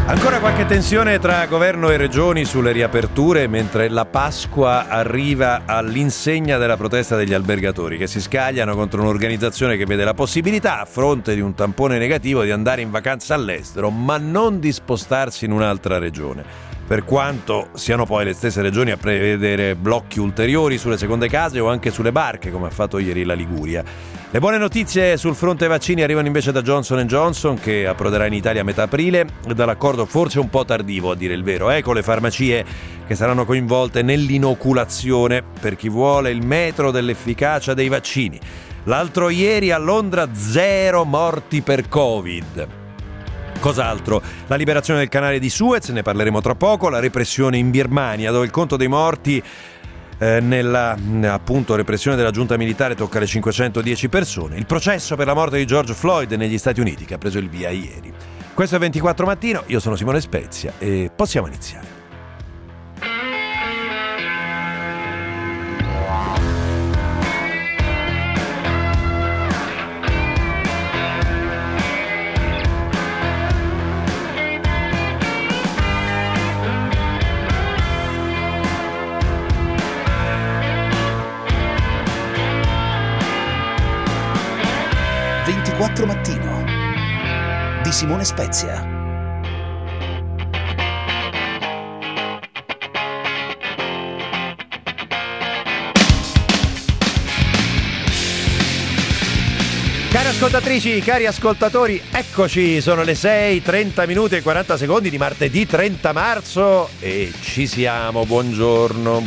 Ancora qualche tensione tra governo e regioni sulle riaperture, mentre la Pasqua arriva all'insegna della protesta degli albergatori che si scagliano contro un'organizzazione che vede la possibilità, a fronte di un tampone negativo, di andare in vacanza all'estero, ma non di spostarsi in un'altra regione. Per quanto siano poi le stesse regioni a prevedere blocchi ulteriori sulle seconde case o anche sulle barche, come ha fatto ieri la Liguria. Le buone notizie sul fronte vaccini arrivano invece da Johnson & Johnson, che approderà in Italia a metà aprile, dall'accordo forse un po' tardivo a dire il vero, con le farmacie che saranno coinvolte nell'inoculazione per chi vuole il metro dell'efficacia dei vaccini. L'altro ieri a Londra 0 morti per Covid. Cos'altro? La liberazione del canale di Suez, ne parleremo tra poco, la repressione in Birmania, dove il conto dei morti nella appunto repressione della giunta militare tocca le 510 persone, il processo per la morte di George Floyd negli Stati Uniti che ha preso il via ieri. Questo è 24 Mattino, io sono Simone Spezia e possiamo iniziare. Mattino di Simone Spezia. Cari ascoltatrici, cari ascoltatori, eccoci, sono le 6, 30 minuti e 40 secondi di martedì 30 marzo e ci siamo, buongiorno.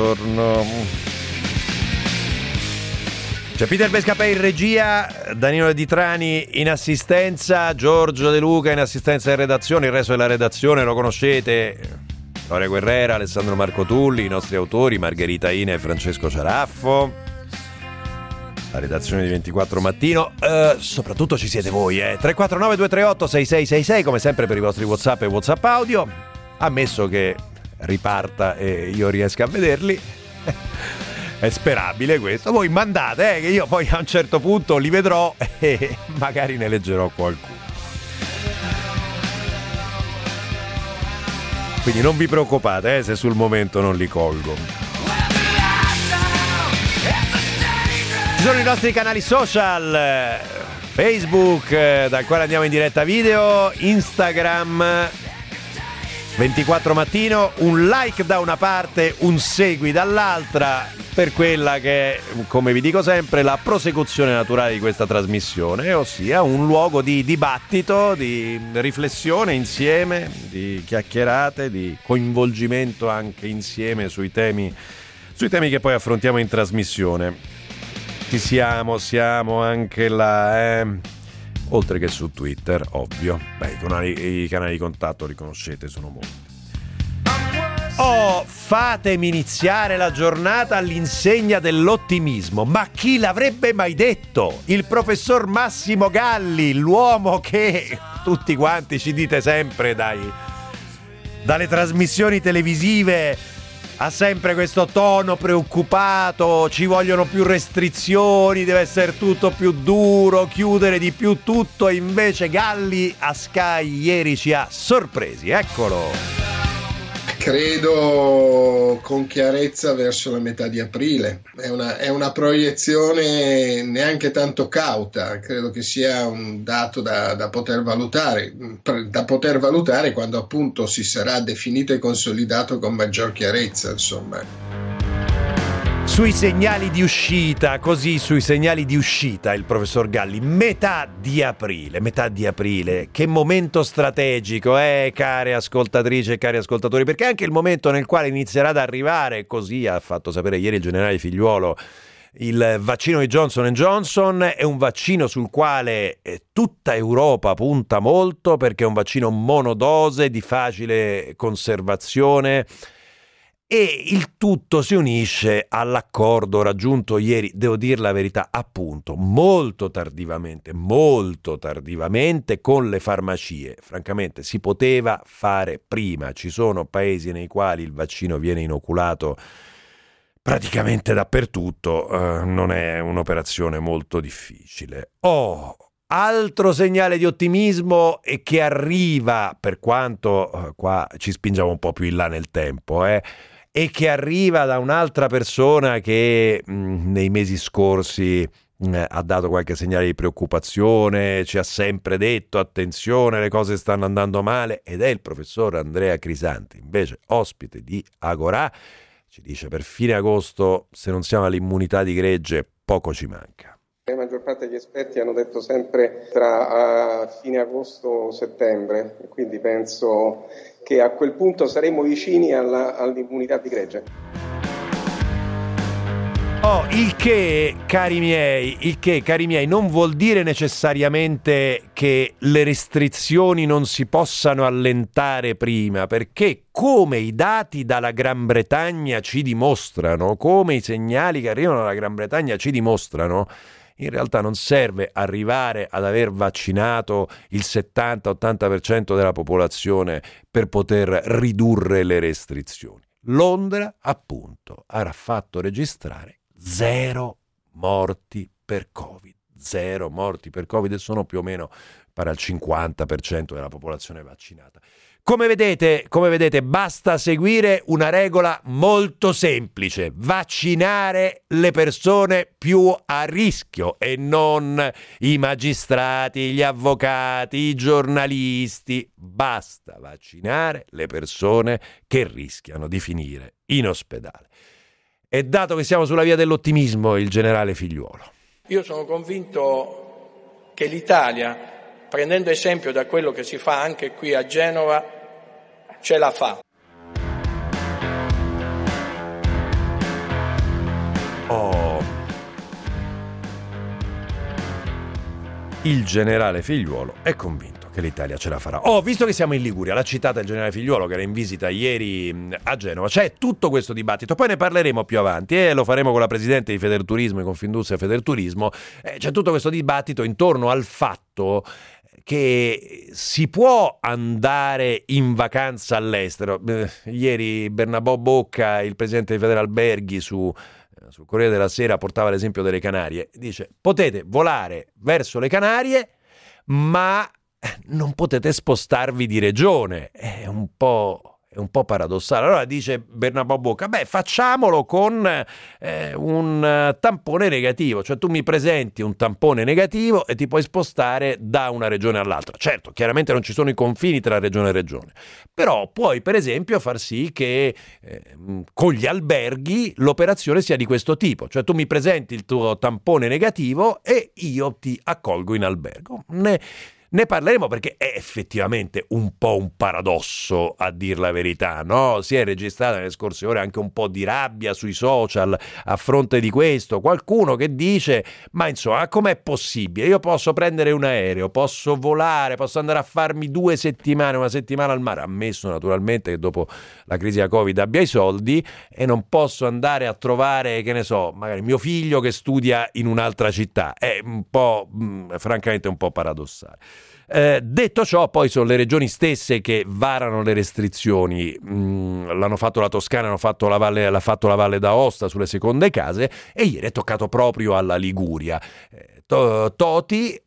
C'è Peter Bescapè in regia, Danilo Di Trani in assistenza, Giorgio De Luca in assistenza in redazione, il resto della redazione lo conoscete, Gloria Guerrera, Alessandro Marco Tulli, i nostri autori Margherita Ina e Francesco Ciaraffo, la redazione di 24 Mattino, soprattutto ci siete voi, 349 238 6666 come sempre per i vostri WhatsApp e WhatsApp audio, ammesso che riparta e io riesca a vederli. È sperabile questo, voi mandate che io poi a un certo punto li vedrò e magari ne leggerò qualcuno. Quindi non vi preoccupate se sul momento non li colgo. Ci sono i nostri canali social, Facebook dal quale andiamo in diretta video, Instagram 24 Mattino, un like da una parte, un segui dall'altra per quella che è, come vi dico sempre, la prosecuzione naturale di questa trasmissione, ossia un luogo di dibattito, di riflessione insieme, di chiacchierate, di coinvolgimento anche insieme sui temi che poi affrontiamo in trasmissione. Ci siamo anche là, oltre che su Twitter, ovvio. I canali di contatto li conoscete, sono molti. Fatemi iniziare la giornata all'insegna dell'ottimismo. Ma chi l'avrebbe mai detto? Il professor Massimo Galli, l'uomo che tutti quanti ci dite sempre dalle trasmissioni televisive, ha sempre questo tono preoccupato, ci vogliono più restrizioni, deve essere tutto più duro, chiudere di più tutto, e invece Galli a Sky ieri ci ha sorpresi, eccolo. Credo con chiarezza verso la metà di aprile, è una proiezione neanche tanto cauta, credo che sia un dato da poter valutare quando appunto si sarà definito e consolidato con maggior chiarezza, insomma. Sui segnali di uscita il professor Galli, metà di aprile, che momento strategico, care ascoltatrici e cari ascoltatori, perché è anche il momento nel quale inizierà ad arrivare, così ha fatto sapere ieri il generale Figliuolo, il vaccino di Johnson & Johnson. È un vaccino sul quale tutta Europa punta molto, perché è un vaccino monodose di facile conservazione, e il tutto si unisce all'accordo raggiunto ieri, devo dire la verità, appunto, molto tardivamente con le farmacie. Francamente si poteva fare prima, ci sono paesi nei quali il vaccino viene inoculato praticamente dappertutto, non è un'operazione molto difficile. Altro segnale di ottimismo e che arriva, per quanto qua ci spingiamo un po' più in là nel tempo, e che arriva da un'altra persona che nei mesi scorsi ha dato qualche segnale di preoccupazione, ci ha sempre detto attenzione, le cose stanno andando male, ed è il professor Andrea Crisanti, invece ospite di Agorà, ci dice per fine agosto se non siamo all'immunità di gregge poco ci manca. La maggior parte degli esperti hanno detto sempre tra fine agosto e settembre, quindi penso che a quel punto saremo vicini all'immunità di gregge. Il che, cari miei, non vuol dire necessariamente che le restrizioni non si possano allentare prima, perché come i dati dalla Gran Bretagna ci dimostrano, come i segnali che arrivano dalla Gran Bretagna ci dimostrano, in realtà non serve arrivare ad aver vaccinato il 70-80% della popolazione per poter ridurre le restrizioni. Londra, appunto, ha fatto registrare 0 morti per Covid. 0 morti per Covid e sono più o meno pari al 50% della popolazione vaccinata. Come vedete, basta seguire una regola molto semplice: vaccinare le persone più a rischio e non i magistrati, gli avvocati, i giornalisti. Basta vaccinare le persone che rischiano di finire in ospedale. E dato che siamo sulla via dell'ottimismo, il generale Figliuolo. Io sono convinto che l'Italia, prendendo esempio da quello che si fa anche qui a Genova, ce la fa. Il generale Figliuolo è convinto che l'Italia ce la farà. Visto che siamo in Liguria, l'ha citata il generale Figliuolo che era in visita ieri a Genova, c'è tutto questo dibattito, poi ne parleremo più avanti e lo faremo con la presidente di Federturismo e Confindustria Federturismo. C'è tutto questo dibattito intorno al fatto che si può andare in vacanza all'estero. Ieri Bernabò Bocca, il presidente di Federalberghi, sul Corriere della Sera portava l'esempio delle Canarie. Dice: potete volare verso le Canarie, ma non potete spostarvi di regione. È un po' paradossale. Allora dice Bernabò Bocca: facciamolo con un tampone negativo, cioè tu mi presenti un tampone negativo e ti puoi spostare da una regione all'altra. Certo, chiaramente non ci sono i confini tra regione e regione, però puoi per esempio far sì che con gli alberghi l'operazione sia di questo tipo, cioè tu mi presenti il tuo tampone negativo e io ti accolgo in albergo. Ne parleremo perché è effettivamente un po' un paradosso, a dir la verità, no? Si è registrata nelle scorse ore anche un po' di rabbia sui social a fronte di questo. Qualcuno che dice: ma insomma, com'è possibile? Io posso prendere un aereo, posso volare, posso andare a farmi 2 settimane, una settimana al mare, ammesso naturalmente che dopo la crisi da Covid abbia i soldi, e non posso andare a trovare, che ne so, magari mio figlio che studia in un'altra città. È un po', francamente, un po' paradossale. Detto ciò, poi sono le regioni stesse che varano le restrizioni. L'hanno fatto la Toscana, l'ha fatto la Valle d'Aosta sulle seconde case, e ieri è toccato proprio alla Liguria. Toti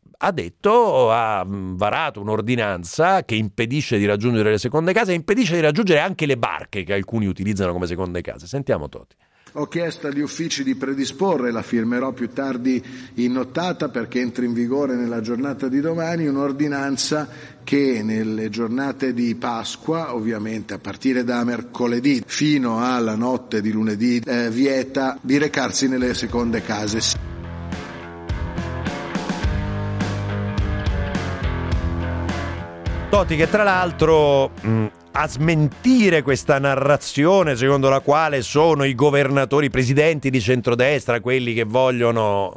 ha varato un'ordinanza che impedisce di raggiungere le seconde case e impedisce di raggiungere anche le barche che alcuni utilizzano come seconde case. Sentiamo Toti. Ho chiesto agli uffici di predisporre, la firmerò più tardi in nottata perché entra in vigore nella giornata di domani, un'ordinanza che nelle giornate di Pasqua, ovviamente a partire da mercoledì fino alla notte di lunedì, vieta di recarsi nelle seconde case. Toti, che tra l'altro a smentire questa narrazione secondo la quale sono i governatori, i presidenti di centrodestra quelli che vogliono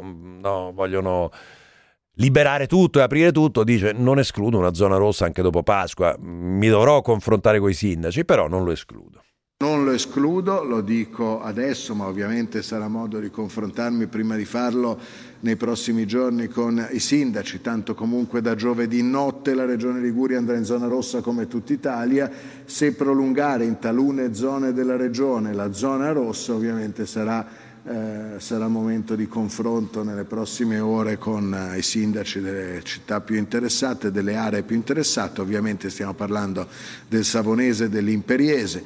liberare tutto e aprire tutto, dice: non escludo una zona rossa anche dopo Pasqua, mi dovrò confrontare con i sindaci, però non lo escludo. Non lo escludo, lo dico adesso, ma ovviamente sarà modo di confrontarmi prima di farlo nei prossimi giorni con i sindaci, tanto comunque da giovedì notte la Regione Liguria andrà in zona rossa come tutta Italia. Se prolungare in talune zone della Regione la zona rossa, ovviamente sarà sarà momento di confronto nelle prossime ore con i sindaci delle città più interessate, delle aree più interessate. Ovviamente stiamo parlando del Savonese e dell'Imperiese.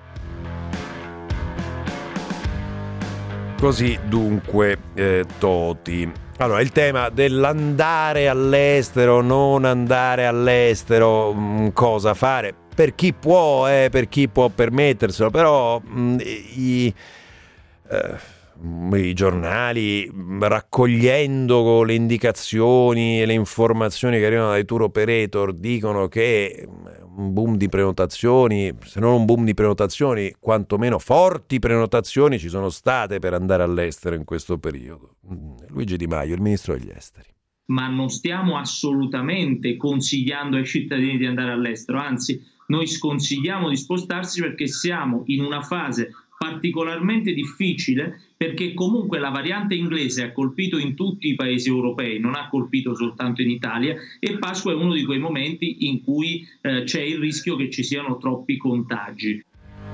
Così dunque, Toti. Allora, il tema dell'andare all'estero, non andare all'estero, cosa fare? Per chi può permetterselo, però i giornali, raccogliendo le indicazioni e le informazioni che arrivano dai tour operator, dicono che un boom di prenotazioni, se non un boom di prenotazioni, quantomeno forti prenotazioni ci sono state per andare all'estero in questo periodo. Luigi Di Maio, il ministro degli esteri. Ma non stiamo assolutamente consigliando ai cittadini di andare all'estero, anzi noi sconsigliamo di spostarsi perché siamo in una fase particolarmente difficile, perché comunque la variante inglese ha colpito in tutti i paesi europei, non ha colpito soltanto in Italia, e Pasqua è uno di quei momenti in cui c'è il rischio che ci siano troppi contagi.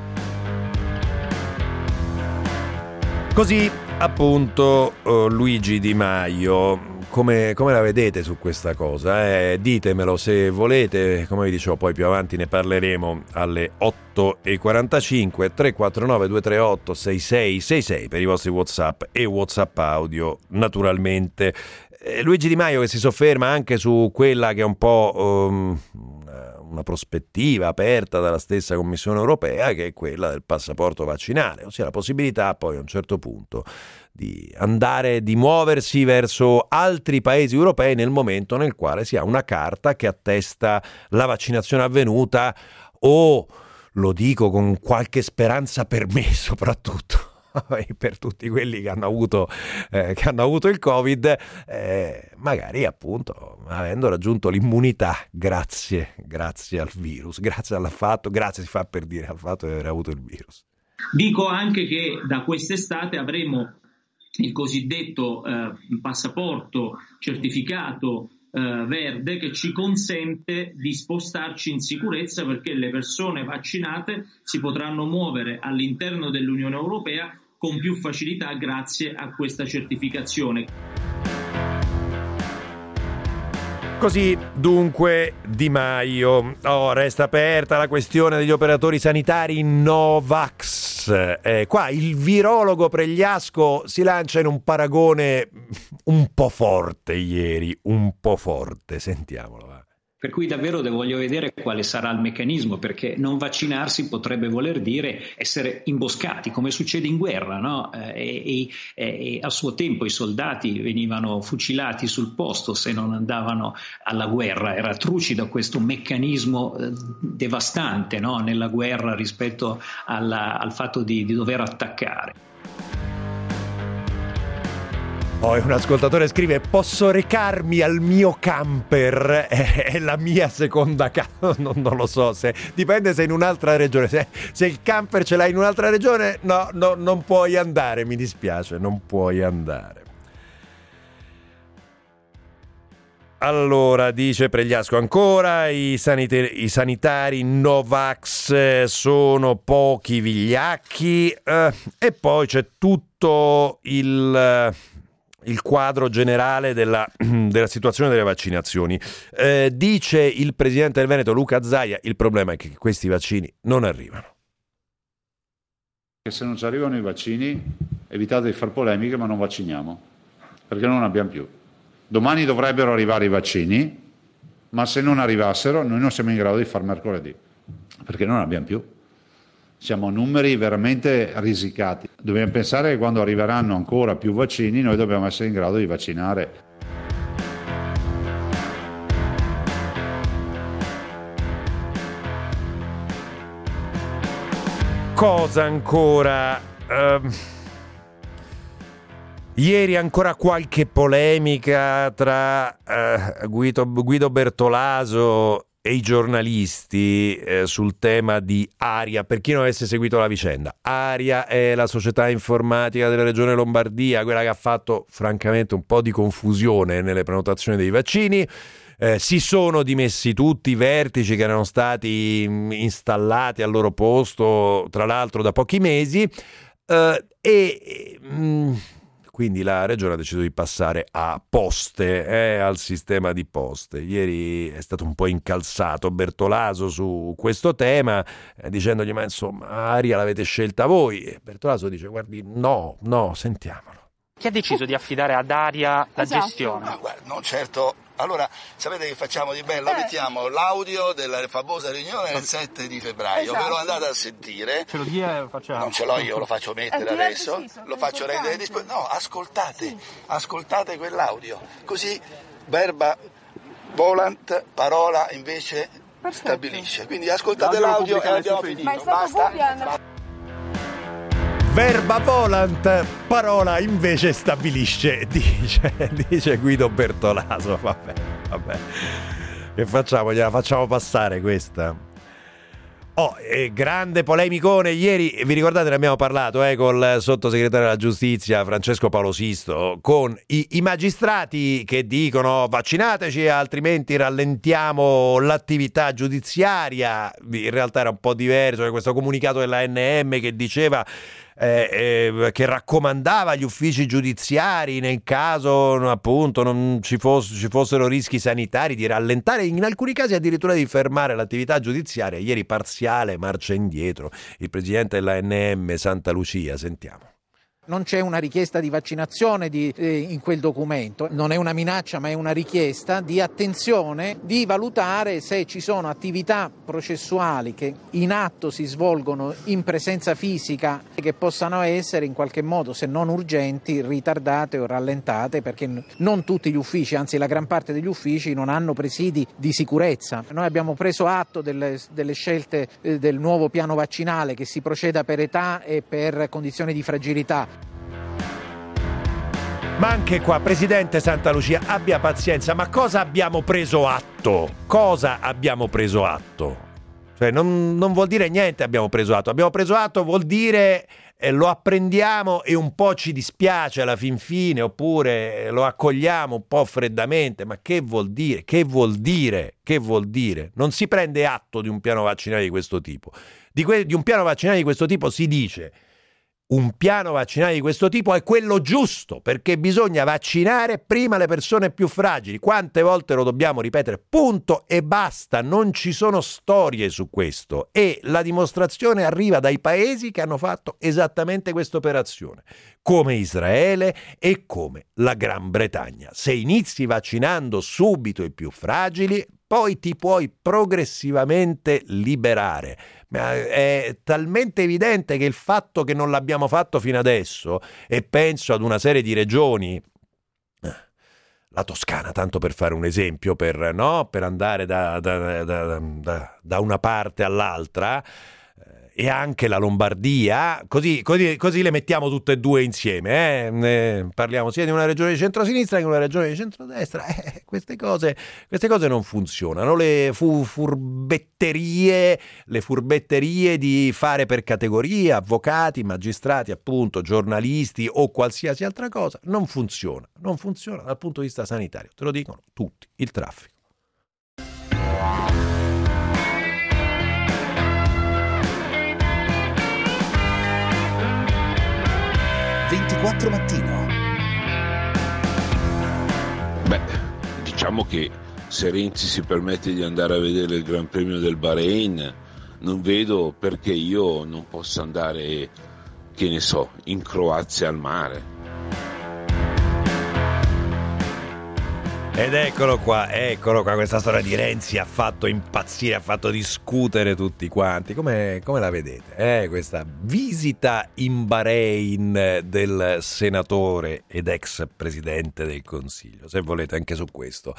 Così appunto Luigi Di Maio. Come la vedete su questa cosa? Ditemelo se volete, come vi dicevo, poi più avanti ne parleremo alle 8:45, 349 238 6666 per i vostri WhatsApp e WhatsApp audio naturalmente. Luigi Di Maio che si sofferma anche su quella che è un po' una prospettiva aperta dalla stessa Commissione europea, che è quella del passaporto vaccinale, ossia la possibilità poi a un certo punto di muoversi verso altri paesi europei nel momento nel quale si ha una carta che attesta la vaccinazione avvenuta, o, lo dico con qualche speranza per me soprattutto, per tutti quelli che hanno avuto il Covid, magari appunto avendo raggiunto l'immunità grazie al virus, grazie al fatto di aver avuto il virus. Dico anche che da quest'estate avremo il cosiddetto passaporto certificato verde, che ci consente di spostarci in sicurezza, perché le persone vaccinate si potranno muovere all'interno dell'Unione Europea con più facilità grazie a questa certificazione. Così dunque Di Maio. Resta aperta la questione degli operatori sanitari Novax. Qua il virologo Pregliasco si lancia in un paragone un po' forte ieri, sentiamolo. Va. Per cui davvero voglio vedere quale sarà il meccanismo, perché non vaccinarsi potrebbe voler dire essere imboscati, come succede in guerra, no? E a suo tempo i soldati venivano fucilati sul posto se non andavano alla guerra. Era trucido questo meccanismo devastante, no? Nella guerra rispetto al fatto di dover attaccare. Poi un ascoltatore scrive: posso recarmi al mio camper? È la mia seconda casa. Non lo so, dipende se in un'altra regione. Se il camper ce l'hai in un'altra regione, no, non puoi andare, mi dispiace, non puoi andare. Allora, dice Pregliasco ancora, i sanitari Novax sono pochi vigliacchi, e poi c'è tutto il quadro generale della situazione delle vaccinazioni. Dice il presidente del Veneto Luca Zaia: il problema è che questi vaccini non arrivano. Se non ci arrivano i vaccini, evitate di far polemiche, ma non vacciniamo, perché non abbiamo più. Domani dovrebbero arrivare i vaccini, ma se non arrivassero noi non siamo in grado di far mercoledì, perché non abbiamo più. Siamo a numeri veramente risicati. Dobbiamo pensare che quando arriveranno ancora più vaccini noi dobbiamo essere in grado di vaccinare. Cosa ancora? Ieri ancora qualche polemica tra Guido Bertolaso e i giornalisti sul tema di Aria. Per chi non avesse seguito la vicenda, Aria è la società informatica della regione Lombardia, quella che ha fatto francamente un po' di confusione nelle prenotazioni dei vaccini. Si sono dimessi tutti i vertici che erano stati installati al loro posto, tra l'altro da pochi mesi. Quindi la regione ha deciso di passare a poste, al sistema di poste. Ieri è stato un po' incalzato Bertolaso su questo tema, dicendogli ma insomma Aria l'avete scelta voi. E Bertolaso dice guardi no, sentiamolo. Chi ha deciso di affidare ad Aria la gestione? No, guarda, non certo. Allora, sapete che facciamo di bello? Mettiamo l'audio della famosa riunione del 7 di febbraio, ve lo andate a sentire. Ce lo dia e facciamo. Non ce l'ho io, lo faccio mettere adesso, lo faccio rendere disponibile. No, ascoltate quell'audio. Così verba volant, parola invece stabilisce. Quindi ascoltate l'audio e abbiamo finito. Basta. Verba volant, parola invece stabilisce, dice Guido Bertolaso. Vabbè. Che facciamo? Gliela facciamo passare questa? Grande polemicone ieri, vi ricordate, ne abbiamo parlato col sottosegretario della giustizia Francesco Paolo Sisto, con i magistrati che dicono vaccinateci altrimenti rallentiamo l'attività giudiziaria. In realtà era un po' diverso, c'è questo comunicato dell'ANM che diceva che raccomandava agli uffici giudiziari nel caso appunto non ci fossero rischi sanitari di rallentare, in alcuni casi addirittura di fermare l'attività giudiziaria. Ieri parziale marcia indietro il presidente dell'ANM Santa Lucia, sentiamo. Non c'è una richiesta di vaccinazione in quel documento, non è una minaccia ma è una richiesta di attenzione, di valutare se ci sono attività processuali che in atto si svolgono in presenza fisica che possano essere in qualche modo, se non urgenti, ritardate o rallentate, perché non tutti gli uffici, anzi la gran parte degli uffici non hanno presidi di sicurezza. Noi abbiamo preso atto delle scelte del nuovo piano vaccinale, che si proceda per età e per condizioni di fragilità. Ma anche qua, Presidente Santa Lucia, abbia pazienza, ma cosa abbiamo preso atto? Cosa abbiamo preso atto? Cioè, non vuol dire niente abbiamo preso atto. Abbiamo preso atto vuol dire lo apprendiamo e un po' ci dispiace alla fin fine, oppure lo accogliamo un po' freddamente. Ma che vuol dire? Che vuol dire? Non si prende atto di un piano vaccinale di questo tipo. Di un piano vaccinale di questo tipo si dice: un piano vaccinale di questo tipo è quello giusto, perché bisogna vaccinare prima le persone più fragili. Quante volte lo dobbiamo ripetere? Punto e basta, non ci sono storie su questo, e la dimostrazione arriva dai paesi che hanno fatto esattamente questa operazione, come Israele e come la Gran Bretagna. Se inizi vaccinando subito i più fragili, poi ti puoi progressivamente liberare. Ma è talmente evidente che il fatto che non l'abbiamo fatto fino adesso, e penso ad una serie di regioni, la Toscana, tanto per fare un esempio, per andare da una parte all'altra, e anche la Lombardia, così le mettiamo tutte e due insieme, parliamo sia di una regione di centrosinistra che di una regione di centrodestra. Queste cose non funzionano. Le furbetterie di fare per categoria, avvocati, magistrati, appunto, giornalisti o qualsiasi altra cosa, non funziona dal punto di vista sanitario, te lo dicono tutti. Il traffico. 24 Mattino. Diciamo che se Renzi si permette di andare a vedere il Gran Premio del Bahrain, non vedo perché io non possa andare, che ne so, in Croazia al mare. Ed eccolo qua, questa storia di Renzi ha fatto impazzire, ha fatto discutere tutti quanti. Come la vedete? Questa visita in Bahrain del senatore ed ex presidente del Consiglio, se volete anche su questo.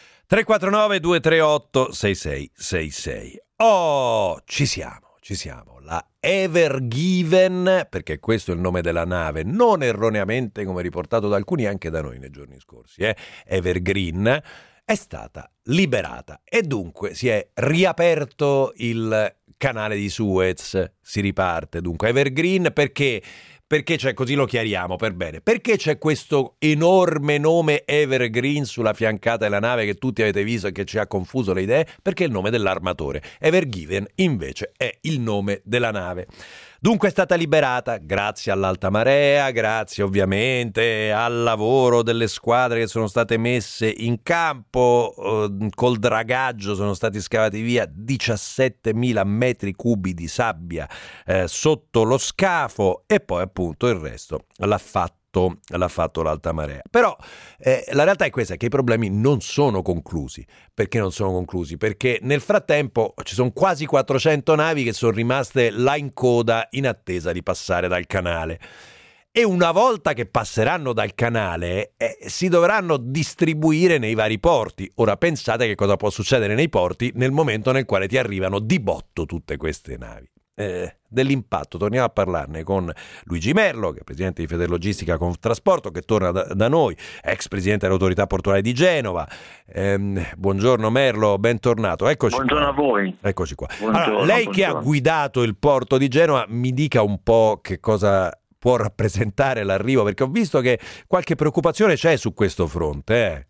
349-238-6666. Ci siamo. La Ever Given, perché questo è il nome della nave, non erroneamente come riportato da alcuni anche da noi nei giorni scorsi, Evergreen, è stata liberata e dunque si è riaperto il canale di Suez, si riparte dunque. Evergreen perché c'è, così lo chiariamo per bene, perché c'è questo enorme nome Evergreen sulla fiancata della nave che tutti avete visto e che ci ha confuso le idee? Perché è il nome dell'armatore. Ever Given invece è il nome della nave. Dunque è stata liberata grazie all'alta marea, grazie ovviamente al lavoro delle squadre che sono state messe in campo, col dragaggio sono stati scavati via 17.000 metri cubi di sabbia sotto lo scafo, e poi appunto il resto l'ha fatto l'alta marea. Però la realtà è questa, che i problemi non sono conclusi. Perché non sono conclusi? Perché nel frattempo ci sono quasi 400 navi che sono rimaste là in coda in attesa di passare dal canale. E una volta che passeranno dal canale si dovranno distribuire nei vari porti. Ora pensate che cosa può succedere nei porti nel momento nel quale ti arrivano di botto tutte queste navi. Dell'impatto torniamo a parlarne con Luigi Merlo, che è presidente di Federlogistica Conftrasporto, che torna da noi, ex presidente dell'autorità portuale di Genova. Buongiorno Merlo, bentornato. Eccoci. Buongiorno qua. A voi. Eccoci qua. Buongiorno, allora, lei che ha guidato il porto di Genova, mi dica un po' che cosa può rappresentare l'arrivo, perché ho visto che qualche preoccupazione c'è su questo fronte.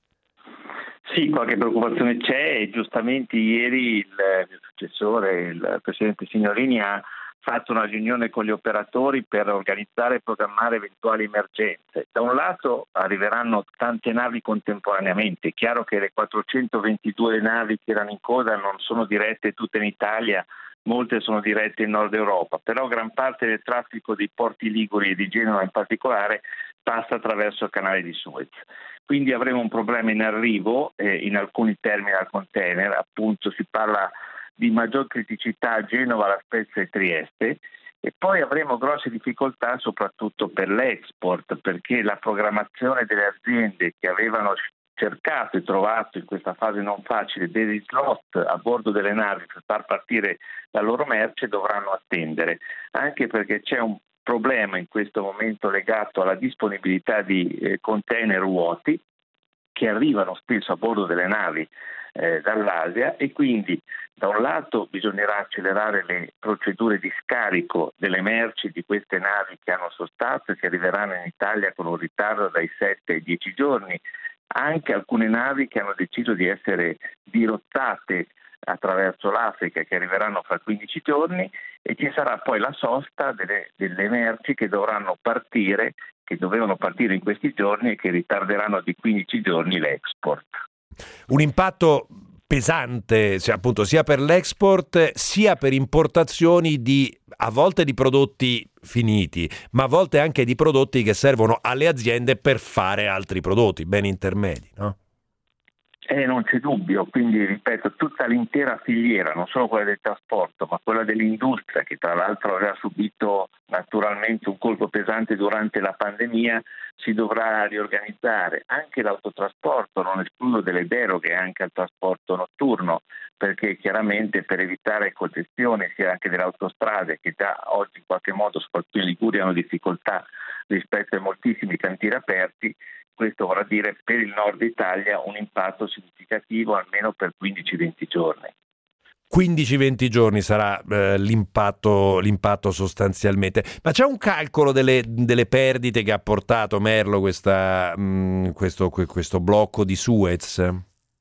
Sì, qualche preoccupazione c'è, e giustamente ieri il mio successore, il presidente Signorini, ha fatto una riunione con gli operatori per organizzare e programmare eventuali emergenze. Da un lato arriveranno tante navi contemporaneamente, è chiaro che le 422 navi che erano in coda non sono dirette tutte in Italia, molte sono dirette in Nord Europa, però gran parte del traffico dei porti liguri e di Genova in particolare passa attraverso il canale di Suez. Quindi avremo un problema in arrivo in alcuni terminal container, appunto si parla di maggior criticità a Genova, La Spezia e Trieste, e poi avremo grosse difficoltà soprattutto per l'export, perché la programmazione delle aziende che avevano cercato e trovato in questa fase non facile degli slot a bordo delle navi per far partire la loro merce dovranno attendere, anche perché c'è un problema in questo momento legato alla disponibilità di container vuoti che arrivano spesso a bordo delle navi dall'Asia, e quindi da un lato bisognerà accelerare le procedure di scarico delle merci di queste navi che hanno sostato e che arriveranno in Italia con un ritardo dai 7 ai 10 giorni, anche alcune navi che hanno deciso di essere dirottate attraverso l'Africa, che arriveranno fra 15 giorni, e ci sarà poi la sosta delle merci che dovevano partire in questi giorni e che ritarderanno di 15 giorni l'export. Un impatto pesante, appunto, sia per l'export sia per importazioni a volte di prodotti finiti, ma a volte anche di prodotti che servono alle aziende per fare altri prodotti, beni intermedi, no? Non c'è dubbio, quindi ripeto, tutta l'intera filiera, non solo quella del trasporto, ma quella dell'industria, che tra l'altro aveva subito naturalmente un colpo pesante durante la pandemia, si dovrà riorganizzare. Anche l'autotrasporto, non escludo delle deroghe anche al trasporto notturno, perché chiaramente per evitare congestione sia anche delle autostrade, che già oggi in qualche modo soprattutto in Liguria hanno difficoltà rispetto ai moltissimi cantieri aperti. Questo vorrà dire per il nord Italia un impatto significativo almeno per 15-20 giorni. 15-20 giorni sarà l'impatto sostanzialmente. Ma c'è un calcolo delle perdite che ha portato, Merlo, questo blocco di Suez?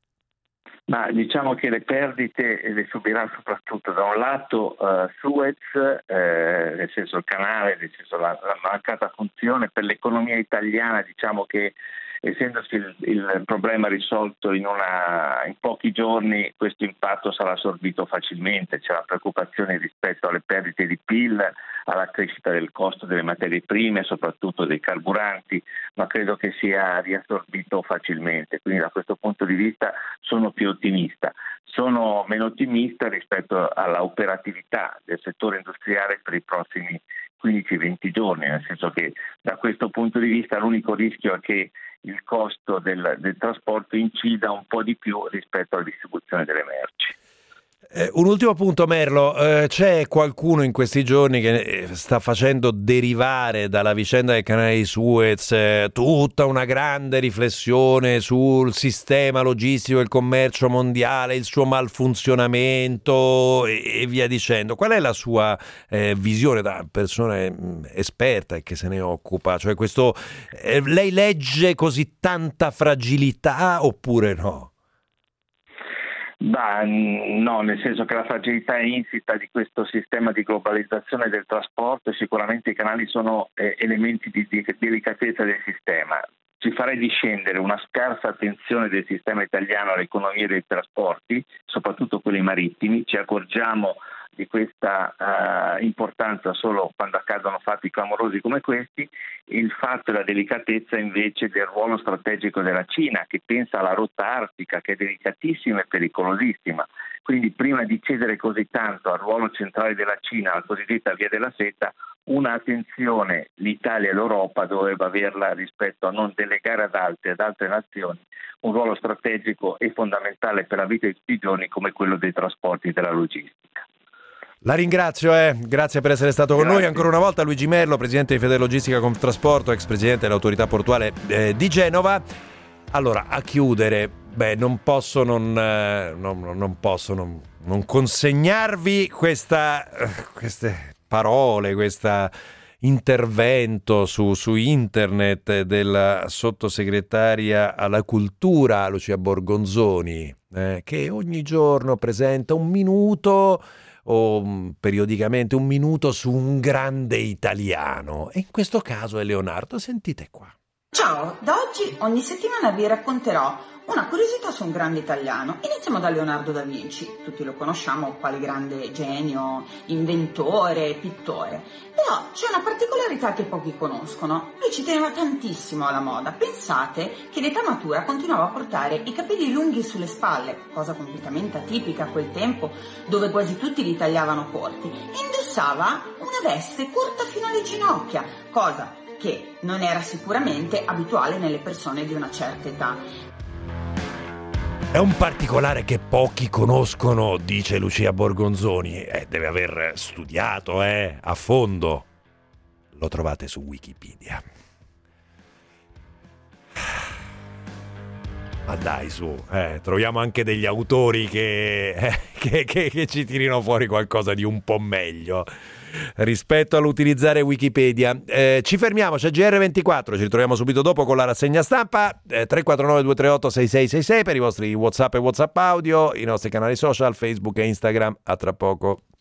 Ma diciamo che le perdite le subirà soprattutto da un lato Suez, nel senso il canale, nel senso la mancata funzione per l'economia italiana. Diciamo che essendosi il problema risolto in pochi giorni, questo impatto sarà assorbito facilmente. C'è la preoccupazione rispetto alle perdite di PIL, alla crescita del costo delle materie prime, soprattutto dei carburanti, ma credo che sia riassorbito facilmente. Quindi da questo punto di vista sono più ottimista. Sono meno ottimista rispetto alla operatività del settore industriale per i prossimi 15-20 giorni, nel senso che da questo punto di vista l'unico rischio è che il costo del trasporto incida un po' di più rispetto alla distribuzione delle merci. Un ultimo punto, Merlo, c'è qualcuno in questi giorni che sta facendo derivare dalla vicenda del canale di Suez tutta una grande riflessione sul sistema logistico del commercio mondiale, il suo malfunzionamento e via dicendo. Qual è la sua visione da persona esperta e che se ne occupa? Cioè lei legge così tanta fragilità oppure no? No, nel senso che la fragilità è insita di questo sistema di globalizzazione del trasporto e sicuramente i canali sono elementi di delicatezza del sistema. Ci farei discendere una scarsa attenzione del sistema italiano all'economia dei trasporti, soprattutto quelli marittimi. Ci accorgiamo di questa importanza solo quando accadono fatti clamorosi come questi. Il fatto e la delicatezza invece del ruolo strategico della Cina, che pensa alla rotta artica, che è delicatissima e pericolosissima. Quindi prima di cedere così tanto al ruolo centrale della Cina, la cosiddetta via della seta, una attenzione l'Italia e l'Europa doveva averla rispetto a non delegare ad altre nazioni un ruolo strategico e fondamentale per la vita di tutti i giorni come quello dei trasporti e della logistica. La ringrazio, grazie per essere stato con noi ancora una volta. Luigi Merlo, presidente di Federlogistica Conftrasporto, ex presidente dell'autorità portuale di Genova. Allora, a chiudere, non posso non consegnarvi queste parole, questo intervento su internet della sottosegretaria alla cultura Lucia Borgonzoni, che ogni giorno presenta un minuto o periodicamente un minuto su un grande italiano, e in questo caso è Leonardo. Sentite qua. Ciao, da oggi ogni settimana vi racconterò una curiosità su un grande italiano. Iniziamo da Leonardo da Vinci. Tutti lo conosciamo quale grande genio, inventore, pittore. Però c'è una particolarità che pochi conoscono. Lui ci teneva tantissimo alla moda. Pensate che in età matura continuava a portare i capelli lunghi sulle spalle, cosa completamente atipica a quel tempo, dove quasi tutti li tagliavano corti. E indossava una veste corta fino alle ginocchia, cosa che non era sicuramente abituale nelle persone di una certa età. È un particolare che pochi conoscono, dice Lucia Borgonzoni. Deve aver studiato a fondo. Lo trovate su Wikipedia. Ma dai, su, troviamo anche degli autori che ci tirino fuori qualcosa di un po' meglio rispetto all'utilizzare Wikipedia. Ci fermiamo, c'è GR24, ci ritroviamo subito dopo con la rassegna stampa. 349-238-6666 per i vostri WhatsApp e WhatsApp audio, i nostri canali social, Facebook e Instagram. A tra poco.